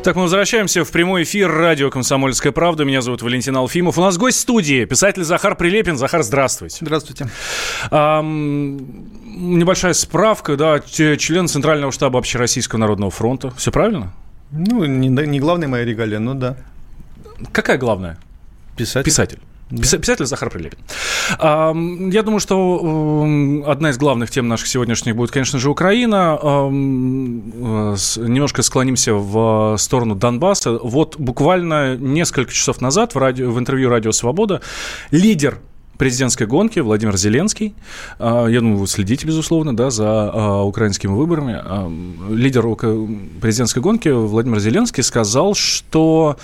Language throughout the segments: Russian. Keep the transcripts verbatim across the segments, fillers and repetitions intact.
Так, мы возвращаемся в прямой эфир радио «Комсомольская правда». Меня зовут Валентин Алфимов. У нас гость в студии, писатель Захар Прилепин. Захар, здравствуйте. Здравствуйте. Ам, небольшая справка, да, член Центрального штаба Общероссийского народного фронта. Все правильно? Ну, не, не главная моя регалия, но да. Какая главная? Писатель. Писатель. Писатель Захар Прилепин. Я думаю, что одна из главных тем наших сегодняшних будет, конечно же, Украина. Немножко склонимся в сторону Донбасса. Вот буквально несколько часов назад в, радио, в интервью «Радио Свобода» лидер президентской гонки Владимир Зеленский, я думаю, вы следите, безусловно, да, за украинскими выборами, лидер президентской гонки Владимир Зеленский сказал, что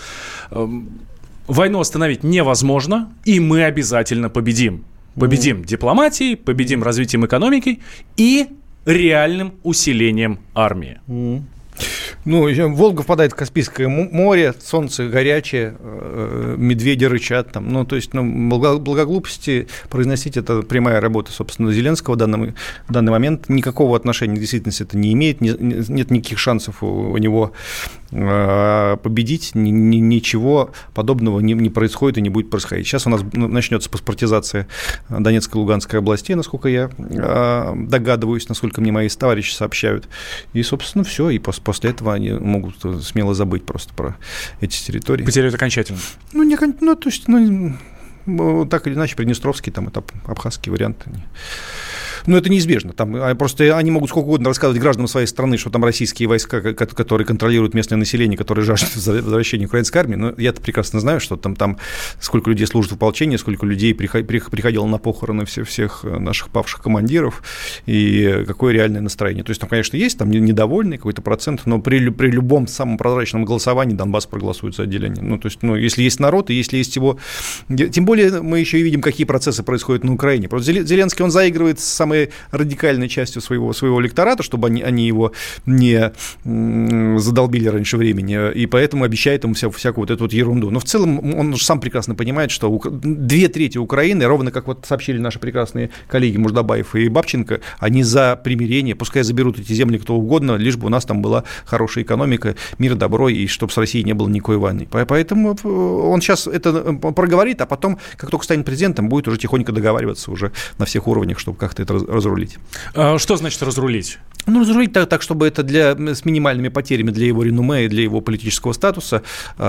войну остановить невозможно, и мы обязательно победим. Победим mm. дипломатией, победим развитием экономики и реальным усилением армии. Mm. Ну, Волга впадает в Каспийское море, солнце горячее, медведи рычат там. Ну, то есть, ну, благоглупости произносить — это прямая работа, собственно, Зеленского в данный, в данный момент. Никакого отношения к действительности это не имеет, не, нет никаких шансов у, у него победить, ни, ни, ничего подобного не, не происходит и не будет происходить. Сейчас у нас начнется паспортизация Донецкой и Луганской областей, насколько я догадываюсь, насколько мне мои товарищи сообщают. И, собственно, все, и после этого они могут смело забыть просто про эти территории. Потеряют окончательно? Ну, не, ну то есть, ну, так или иначе, Приднестровский, там, это абхазский вариант. Ну, это неизбежно. Там просто они могут сколько угодно рассказывать гражданам своей страны, что там российские войска, которые контролируют местное население, которые жаждут возвращения украинской армии. Но я-то прекрасно знаю, что там, там сколько людей служит в ополчении, сколько людей приходило на похороны всех, всех наших павших командиров, и какое реальное настроение. То есть там, конечно, есть там недовольный какой-то процент, но при, при любом самом прозрачном голосовании Донбасс проголосует за отделение. Ну, то есть, ну, если есть народ, и если есть его... Тем более мы еще и видим, какие процессы происходят на Украине. Просто Зеленский, он заигрывает с самой радикальной частью своего, своего электората, чтобы они, они его не задолбили раньше времени, и поэтому обещает ему вся, всякую вот эту вот ерунду. Но в целом он же сам прекрасно понимает, что две трети Украины, ровно как вот сообщили наши прекрасные коллеги Муждабаев и Бабченко, они за примирение, пускай заберут эти земли кто угодно, лишь бы у нас там была хорошая экономика, мир, добро, и чтобы с Россией не было никакой войны. Поэтому он сейчас это проговорит, а потом, как только станет президентом, будет уже тихонько договариваться уже на всех уровнях, чтобы как-то это разрулить. А что значит разрулить? Ну, разрулить так, так, чтобы это для, с минимальными потерями для его реноме и для его политического статуса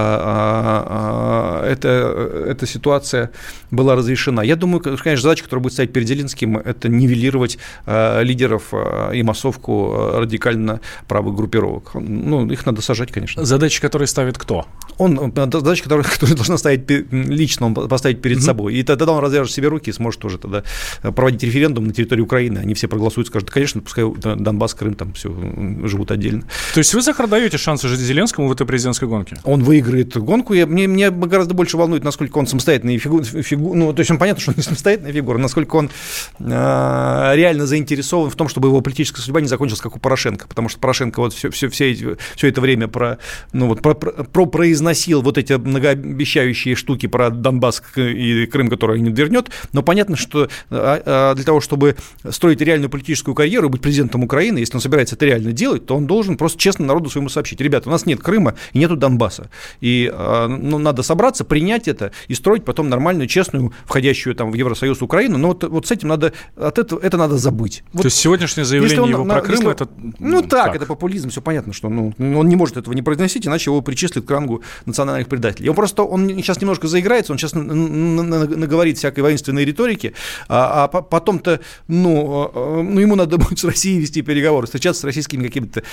а, а, это, эта ситуация была разрешена. Я думаю, конечно, задача, которая будет стоять перед Зеленским, это нивелировать а, лидеров а, и массовку радикально правых группировок. Ну, их надо сажать, конечно. Задачи, которые ставит кто? Он, задача, которую, которую должна ставить лично, он поставить перед mm-hmm. собой. И тогда он развяжет себе руки и сможет уже тогда проводить референдум на территории Украины. Они все проголосуют, скажут, конечно, пускай Донбасс, Крым там все живут отдельно. То есть вы, Захар, даете шансы жить Зеленскому в этой президентской гонке? Он выиграет гонку. Я, мне, меня гораздо больше волнует, насколько он самостоятельный фигура. Фигу, ну, то есть он понятно, что он не самостоятельная фигура, насколько он э, реально заинтересован в том, чтобы его политическая судьба не закончилась, как у Порошенко. Потому что Порошенко вот все, все, все, эти, все это время про, ну, вот, про, про, произносил вот эти многообещающие штуки про Донбасс и Крым, которые не вернет. Но понятно, что э, для того, чтобы строить реальную политическую карьеру и быть президентом Украины, если он собирается это реально делать, то он должен просто честно народу своему сообщить: ребята, у нас нет Крыма и нету Донбасса, и ну, надо собраться, принять это и строить потом нормальную, честную, входящую там в Евросоюз Украину, но вот, вот с этим надо, от этого, это надо забыть. Вот, то есть сегодняшнее заявление он, его на, про Крым, если, это... Ну так, так, это популизм, все понятно, что ну, он не может этого не произносить, иначе его причислят к рангу национальных предателей. Он просто, он сейчас немножко заиграется, он сейчас наговорит всякой воинственной риторики, а, а потом-то, ну, ну, ему надо будет с Россией вести переговоры, встречаться с российскими какими-то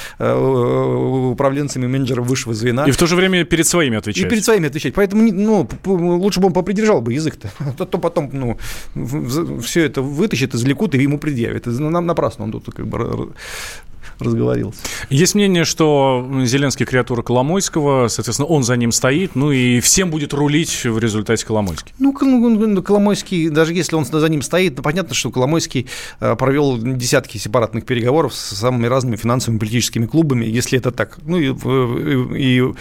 э, управленцами, менеджерами высшего звена. И в то же время перед своими отвечать. И перед своими отвечать. Поэтому, ну, лучше бы он попридержал бы язык-то. А то потом, ну, все это вытащит, извлекут и ему предъявят. Нам напрасно он тут как бы разговорился. Есть мнение, что Зеленский креатура Коломойского, соответственно, он за ним стоит, ну и всем будет рулить в результате Коломойский. Ну, Коломойский, даже если он за ним стоит, то понятно, что Коломойский провел десятки сепаратных переговоров с самыми разными финансовыми и политическими клубами, если это так. Ну, и, и, и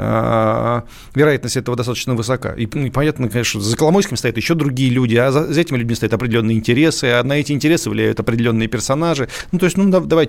а, вероятность этого достаточно высока. И, и понятно, конечно, за Коломойским стоят еще другие люди, а за, за этими людьми стоят определенные интересы, а на эти интересы влияют определенные персонажи. Ну, то есть, ну, давайте не будем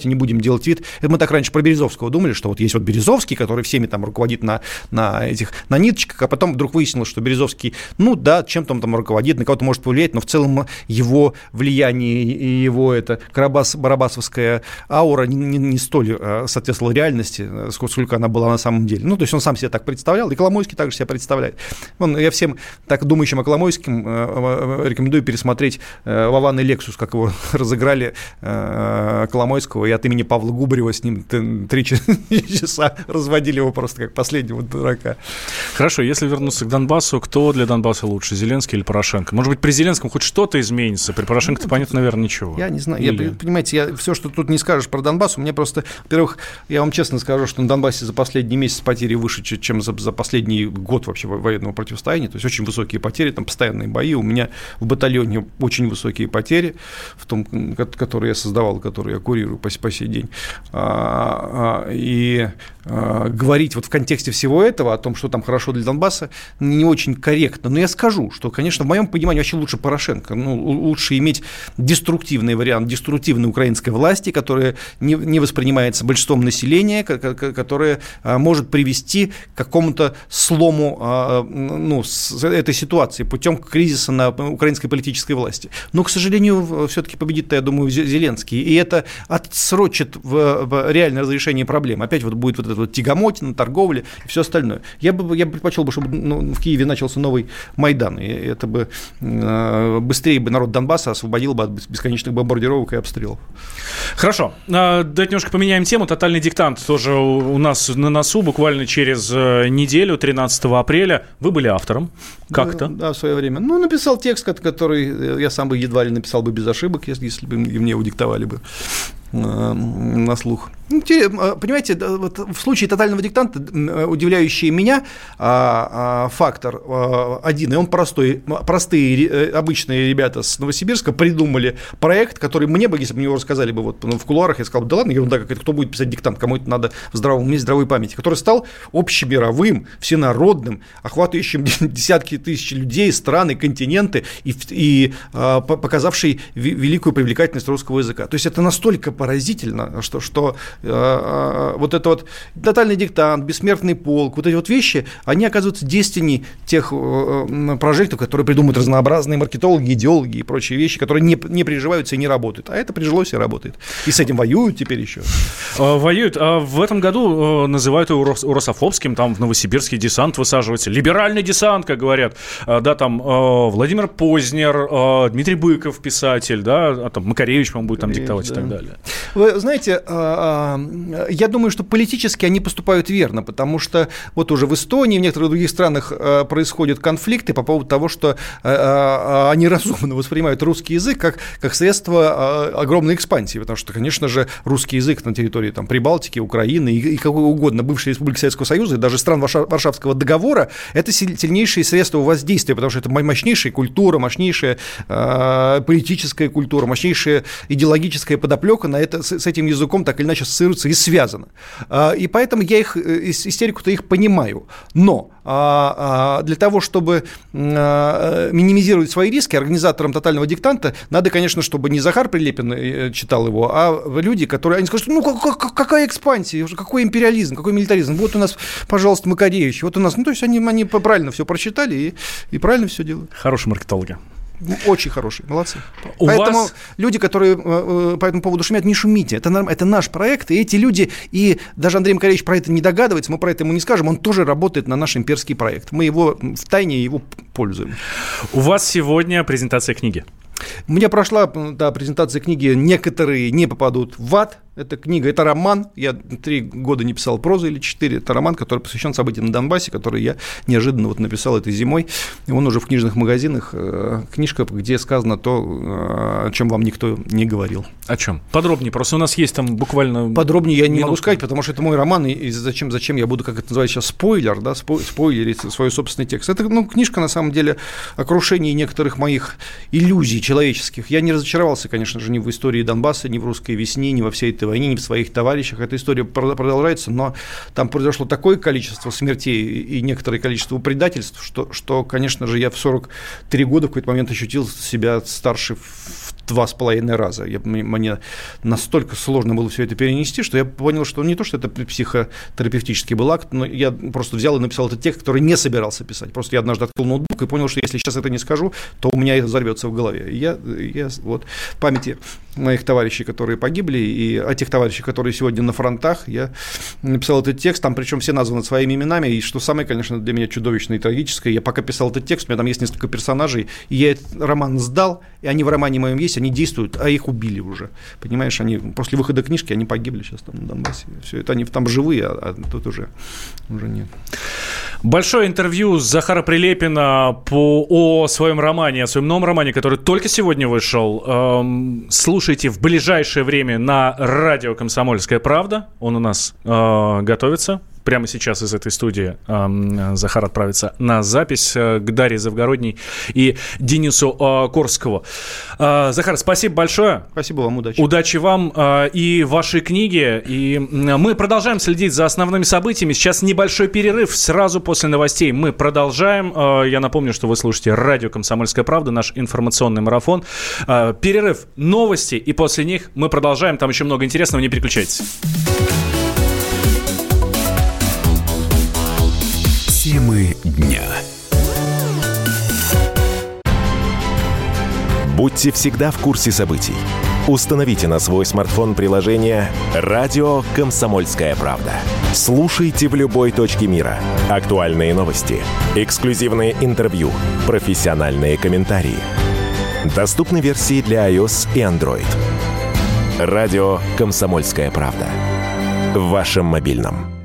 делать вид. Это мы так раньше про Березовского думали, что вот есть вот Березовский, который всеми там руководит на, на этих, на ниточках, а потом вдруг выяснилось, что Березовский, ну да, чем-то он там руководит, на кого-то может повлиять, но в целом его влияние и его это карабас-барабасовская аура не, не, не столь соответствовала реальности, сколько она была на самом деле. Ну, то есть он сам себя так представлял, и Коломойский также себя представляет. Он, я всем так думающим о Коломойском рекомендую пересмотреть Вован и Лексус, как его разыграли Коломойского, и от имени Павла Губарева с ним три часа разводили его просто как последнего дурака. Хорошо, если вернуться к Донбассу, кто для Донбасса лучше, Зеленский или Порошенко? Может быть, при Зеленском хоть что-то изменится, при Порошенко-то, понятно, наверное, ничего. Я не знаю. Или... Я, понимаете, я, все, что тут не скажешь про Донбасс, у меня просто, во-первых, я вам честно скажу, что на Донбассе за последний месяц потери выше, чем за, за последний год вообще военного противостояния, то есть очень высокие потери, там постоянные бои, у меня в батальоне очень высокие потери, в том, который я создавал, который я курирую по, по сей день, а, а, и а, говорить вот в контексте всего этого о том, что там хорошо для Донбасса, не очень корректно, но я скажу, что, конечно, в моем понимании вообще лучше Порошенко, ну, лучше иметь деструктивный вариант, деструктивной украинской власти, которая не, не воспринимается большинством населения, которая а, может привести к какому-то слому а, ну, с этой ситуации путем кризиса на украинской политической власти. Но, к сожалению, все-таки победит, я думаю, Зеленский, и это отсрочит в, в реальное разрешение проблем. Опять вот будет вот эта вот тягомотина, торговля и все остальное. Я бы, я бы предпочел, бы, чтобы ну, в Киеве начался новый Майдан, и это бы э, быстрее бы народ Донбасса освободил бы от бесконечных бомбардировок и обстрелов. Хорошо. Давайте немножко поменяем тему. Тотальный диктант тоже у нас на носу буквально через неделю, тринадцатого апреля. Вы были автором. Как-то? Да, да, в свое время. Ну, написал текст, который я сам бы едва ли написал бы без ошибок, если, если бы мне его диктовали бы на слух. Понимаете, вот в случае тотального диктанта удивляющий меня фактор один, и он простой. Простые, обычные ребята с Новосибирска придумали проект, который мне бы, если бы мне его рассказали бы вот в кулуарах, я сказал бы, да ладно, ерунда какая-то, кто будет писать диктант, кому это надо в здравом уме, здравой памяти, который стал общемировым, всенародным, охватывающим десятки тысяч людей, страны, континенты и, и показавший великую привлекательность русского языка. То есть это настолько поразительно, что, что э, вот это вот тотальный диктант, бессмертный полк, вот эти вот вещи, они оказываются действенней тех э, прожектов, которые придумывают разнообразные маркетологи, идеологи и прочие вещи, которые не, не приживаются и не работают. А это прижилось и работает. И с этим воюют теперь еще. Воюют. А в этом году называют его русофобским, там в Новосибирске десант высаживается. Либеральный десант, как говорят. Да, там Владимир Познер, Дмитрий Быков, писатель, да, а там Макаревич, по-моему, будет там диктовать, да, и так далее. Вы знаете, я думаю, что политически они поступают верно, потому что вот уже в Эстонии, в некоторых других странах происходят конфликты по поводу того, что они разумно воспринимают русский язык как, как средство огромной экспансии, потому что, конечно же, русский язык на территории там, Прибалтики, Украины и, и какой угодно бывшей республики Советского Союза, и даже стран Варшавского договора, это сильнейшие средства воздействия, потому что это мощнейшая культура, мощнейшая политическая культура, мощнейшая идеологическая подоплека на это, с этим языком так или иначе ассоциируется и связано. И поэтому я их, истерику-то их понимаю. Но для того, чтобы минимизировать свои риски, организаторам тотального диктанта надо, конечно, чтобы не Захар Прилепин читал его, а люди, которые, они скажут, ну какая экспансия, какой империализм, какой милитаризм, вот у нас, пожалуйста, Макаревич, вот у нас, ну то есть они, они правильно все прочитали и, и правильно все делают. Хорошие маркетологи. Очень хорошие, молодцы. У Поэтому вас... люди, которые э, по этому поводу шумят, не шумите. Это, это наш проект, и эти люди, и даже Андрей Макаревич про это не догадывается, мы про это ему не скажем, он тоже работает на наш имперский проект. Мы его втайне его пользуем. У вас сегодня презентация книги. У меня прошла да, презентация книги «Некоторые не попадут в ад». Это книга, это роман, я три года не писал прозы или четыре, это роман, который посвящен событиям на Донбассе, который я неожиданно вот написал этой зимой, и он уже в книжных магазинах, книжка, где сказано то, о чем вам никто не говорил. О чем? Подробнее, просто у нас есть там буквально... Подробнее я не минутку. могу сказать, потому что это мой роман, и зачем, зачем я буду, как это называется сейчас, спойлер, да, спойлерить свой собственный текст. Это, ну, книжка, на самом деле, о крушении некоторых моих иллюзий человеческих. Я не разочаровался, конечно же, ни в истории Донбасса, ни в русской весне, ни во всей этой войне, ни в своих товарищах. Эта история продолжается, но там произошло такое количество смертей и некоторое количество предательств, что, что конечно же, я в сорок три года в какой-то момент ощутил себя старше в два с половиной раза. Я, мне настолько сложно было все это перенести, что я понял, что не то, что это психотерапевтический был акт, но я просто взял и написал этот текст, который не собирался писать. Просто я однажды открыл ноутбук и понял, что если сейчас это не скажу, то у меня это взорвется в голове. И я, я вот в памяти моих товарищей, которые погибли, и о тех товарищей, которые сегодня на фронтах, я написал этот текст, там причем все названы своими именами, и что самое, конечно, для меня чудовищное и трагическое, я пока писал этот текст, у меня там есть несколько персонажей, и я этот роман сдал, и они в романе моем есть, они действуют, а их убили уже, понимаешь, они после выхода книжки, они погибли сейчас там на Донбассе, все это они там живые, а, а тут уже, уже нет. Большое интервью Захара Прилепина по, о своем романе, о своем новом романе, который только сегодня вышел. Эм, слушайте в ближайшее время на радио «Комсомольская правда». Он у нас э, готовится. Прямо сейчас из этой студии э, Захар отправится на запись э, к Дарье Завгородней и Денису э, Корскову. Э, Захар, спасибо большое. Спасибо вам, удачи. Удачи вам э, и вашей книге. И мы продолжаем следить за основными событиями. Сейчас небольшой перерыв. Сразу после новостей мы продолжаем. Э, я напомню, что вы слушаете радио «Комсомольская правда», наш информационный марафон. Э, перерыв, новости, и после них мы продолжаем. Там еще много интересного. Не переключайтесь. Темы дня. Будьте всегда в курсе событий. Установите на свой смартфон приложение «Радио Комсомольская правда». Слушайте в любой точке мира. Актуальные новости, эксклюзивные интервью, профессиональные комментарии. Доступны версии для iOS и Android. «Радио Комсомольская правда». В вашем мобильном.